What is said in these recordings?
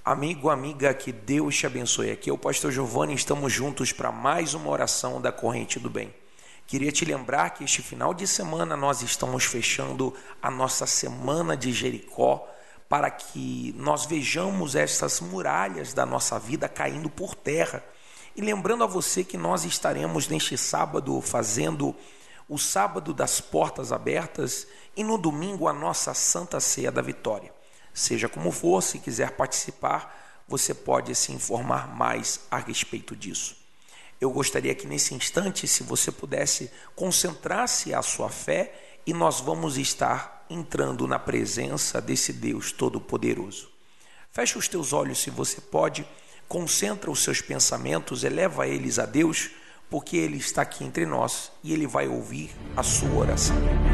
Amigo, amiga, que Deus te abençoe. Aqui é o pastor Giovanni, estamos juntos para mais uma oração da Corrente do Bem. Queria te lembrar que este final de semana nós estamos fechando a nossa Semana de Jericó, para que nós vejamos essas muralhas da nossa vida caindo por terra. E lembrando a você que nós estaremos neste sábado fazendo o sábado das portas abertas e no domingo a nossa Santa Ceia da Vitória. Seja como for, se quiser participar, você pode se informar mais a respeito disso. Eu gostaria que nesse instante, se você pudesse, concentrar-se a sua fé e nós vamos estar entrando na presença desse Deus Todo-Poderoso. Feche os teus olhos se você pode, concentra os seus pensamentos, eleva eles a Deus, porque Ele está aqui entre nós e Ele vai ouvir a sua oração.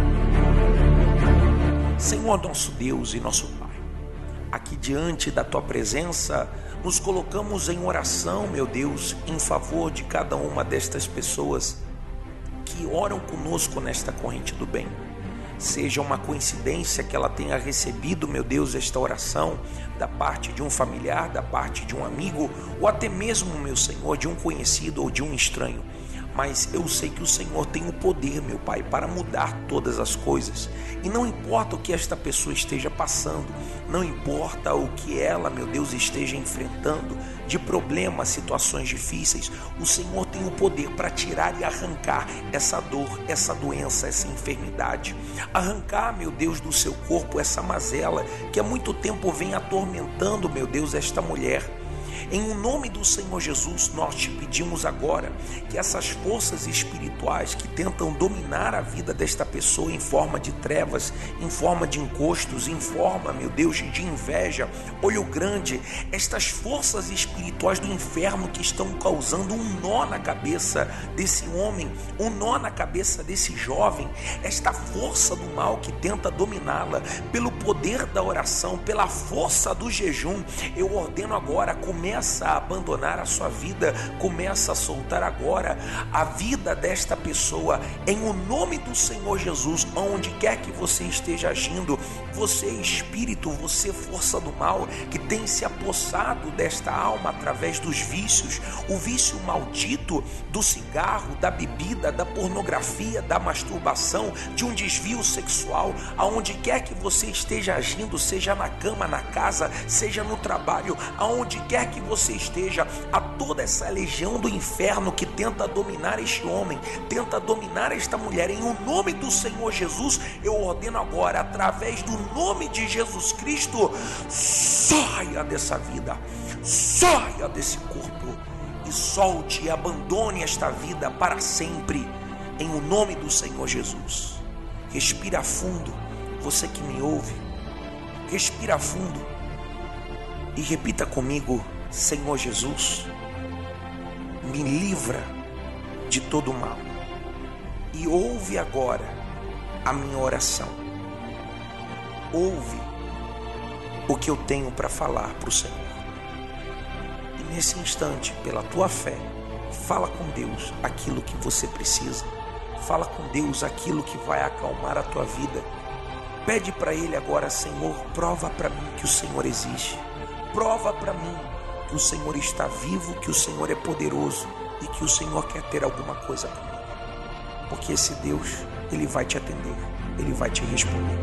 Senhor nosso Deus e nosso Pai, aqui diante da Tua presença, nos colocamos em oração, meu Deus, em favor de cada uma destas pessoas que oram conosco nesta corrente do bem. Seja uma coincidência que ela tenha recebido, meu Deus, esta oração da parte de um familiar, da parte de um amigo, ou até mesmo, meu Senhor, de um conhecido ou de um estranho. Mas eu sei que o Senhor tem o poder, meu Pai, para mudar todas as coisas. E não importa o que esta pessoa esteja passando, não importa o que ela, meu Deus, esteja enfrentando de problemas, situações difíceis, o Senhor tem o poder para tirar e arrancar essa dor, essa doença, essa enfermidade. Arrancar, meu Deus, do seu corpo essa mazela que há muito tempo vem atormentando, meu Deus, esta mulher. Em nome do Senhor Jesus, nós te pedimos agora que essas forças espirituais que tentam dominar a vida desta pessoa em forma de trevas, em forma de encostos, em forma, meu Deus, de inveja, olho grande, estas forças espirituais do inferno que estão causando um nó na cabeça desse homem, um nó na cabeça desse jovem, esta força do mal que tenta dominá-la, pelo poder da oração, pela força do jejum, eu ordeno agora, começa a abandonar a sua vida, começa a soltar agora a vida desta pessoa, em o nome do Senhor Jesus, onde quer que você esteja agindo, você espírito, você força do mal, que tem se apossado desta alma através dos vícios, o vício maldito do cigarro, da bebida, da pornografia, da masturbação, de um desvio sexual, aonde quer que você esteja agindo, seja na cama, na casa, seja no trabalho, aonde quer que você esteja, a toda essa legião do inferno que tenta dominar este homem, tenta dominar esta mulher, em o nome do Senhor Jesus, eu ordeno agora, através do nome de Jesus Cristo, saia dessa vida, saia desse corpo e solte e abandone esta vida para sempre, em o nome do Senhor Jesus. Respira fundo, você que me ouve, respira fundo e repita comigo: Senhor Jesus, me livra de todo mal e ouve agora a minha oração. Ouve o que eu tenho para falar para o Senhor. E nesse instante, pela tua fé, fala com Deus aquilo que você precisa. Fala com Deus aquilo que vai acalmar a tua vida. Pede para Ele agora: Senhor, prova para mim que o Senhor existe. Prova para mim que o Senhor está vivo, que o Senhor é poderoso e que o Senhor quer ter alguma coisa comigo. Porque esse Deus, Ele vai te atender, Ele vai te responder.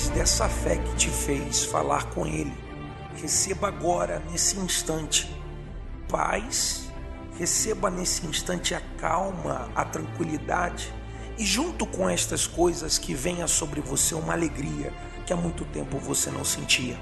através dessa fé que te fez falar com Ele. Receba agora, nesse instante, paz, receba nesse instante a calma, a tranquilidade, e junto com estas coisas que venha sobre você uma alegria que há muito tempo você não sentia.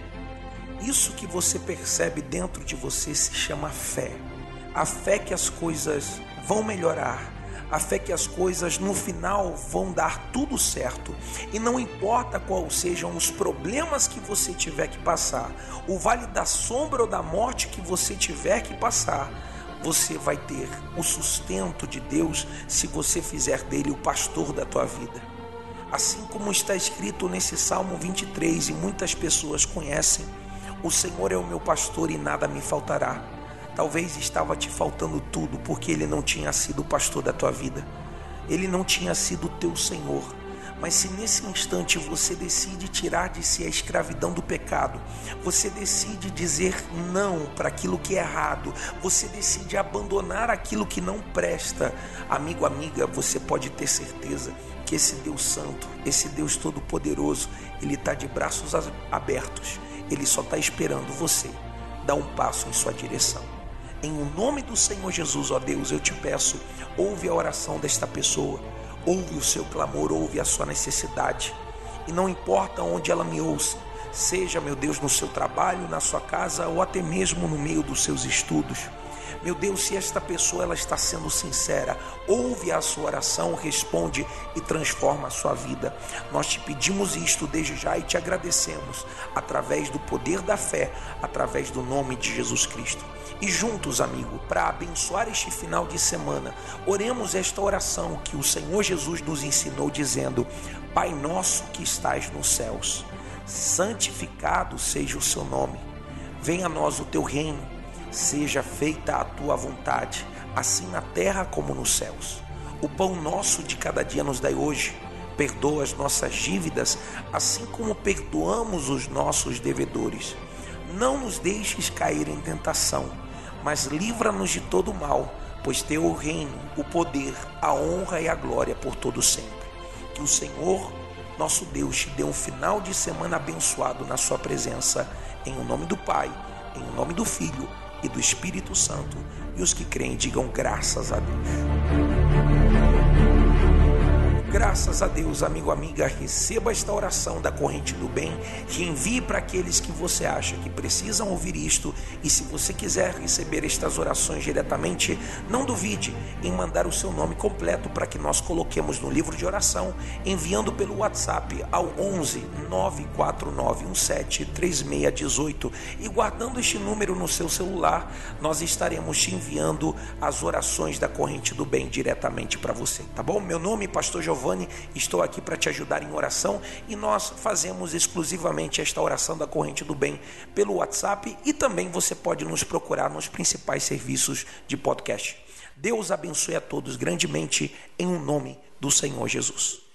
Isso que você percebe dentro de você se chama fé. A fé que as coisas vão melhorar, a fé que as coisas no final vão dar tudo certo. E não importa quais sejam os problemas que você tiver que passar, o vale da sombra ou da morte que você tiver que passar, você vai ter o sustento de Deus se você fizer dele o pastor da tua vida. Assim como está escrito nesse Salmo 23, e muitas pessoas conhecem: o Senhor é o meu pastor e nada me faltará. Talvez estava te faltando tudo porque Ele não tinha sido o pastor da tua vida. Ele não tinha sido o teu Senhor. Mas se nesse instante você decide tirar de si a escravidão do pecado, você decide dizer não para aquilo que é errado, você decide abandonar aquilo que não presta, amigo, amiga, você pode ter certeza que esse Deus Santo, esse Deus Todo-Poderoso, Ele está de braços abertos. Ele só está esperando você dar um passo em sua direção. Em o nome do Senhor Jesus, ó Deus, eu te peço, ouve a oração desta pessoa, ouve o seu clamor, ouve a sua necessidade. E não importa onde ela me ouça, seja, meu Deus, no seu trabalho, na sua casa ou até mesmo no meio dos seus estudos. Meu Deus, se esta pessoa ela está sendo sincera, ouve a sua oração, responde e transforma a sua vida. Nós te pedimos isto desde já e te agradecemos, através do poder da fé, através do nome de Jesus Cristo. E juntos, amigo, para abençoar este final de semana, oremos esta oração que o Senhor Jesus nos ensinou, dizendo: Pai nosso que estás nos céus, santificado seja o seu nome. Venha a nós o teu reino, seja feita a tua vontade, assim na terra como nos céus. O pão nosso de cada dia nos dai hoje. Perdoa as nossas dívidas, assim como perdoamos os nossos devedores. Não nos deixes cair em tentação, mas livra-nos de todo mal, pois teu o reino, o poder, a honra e a glória por todo sempre. Que o Senhor, nosso Deus, te dê um final de semana abençoado na sua presença, em o nome do Pai, em o nome do Filho e do Espírito Santo. E os que creem digam graças a Deus. Graças a Deus, amigo, amiga, receba esta oração da Corrente do Bem, reenvie para aqueles que você acha que precisam ouvir isto, e se você quiser receber estas orações diretamente, não duvide em mandar o seu nome completo para que nós coloquemos no livro de oração, enviando pelo WhatsApp ao 11 94917 3618, e guardando este número no seu celular, nós estaremos te enviando as orações da Corrente do Bem diretamente para você, tá bom? Meu nome é Pastor Giovanni, estou aqui para te ajudar em oração, e nós fazemos exclusivamente esta oração da Corrente do Bem pelo WhatsApp, e também você pode nos procurar nos principais serviços de podcast. Deus abençoe a todos grandemente em nome do Senhor Jesus.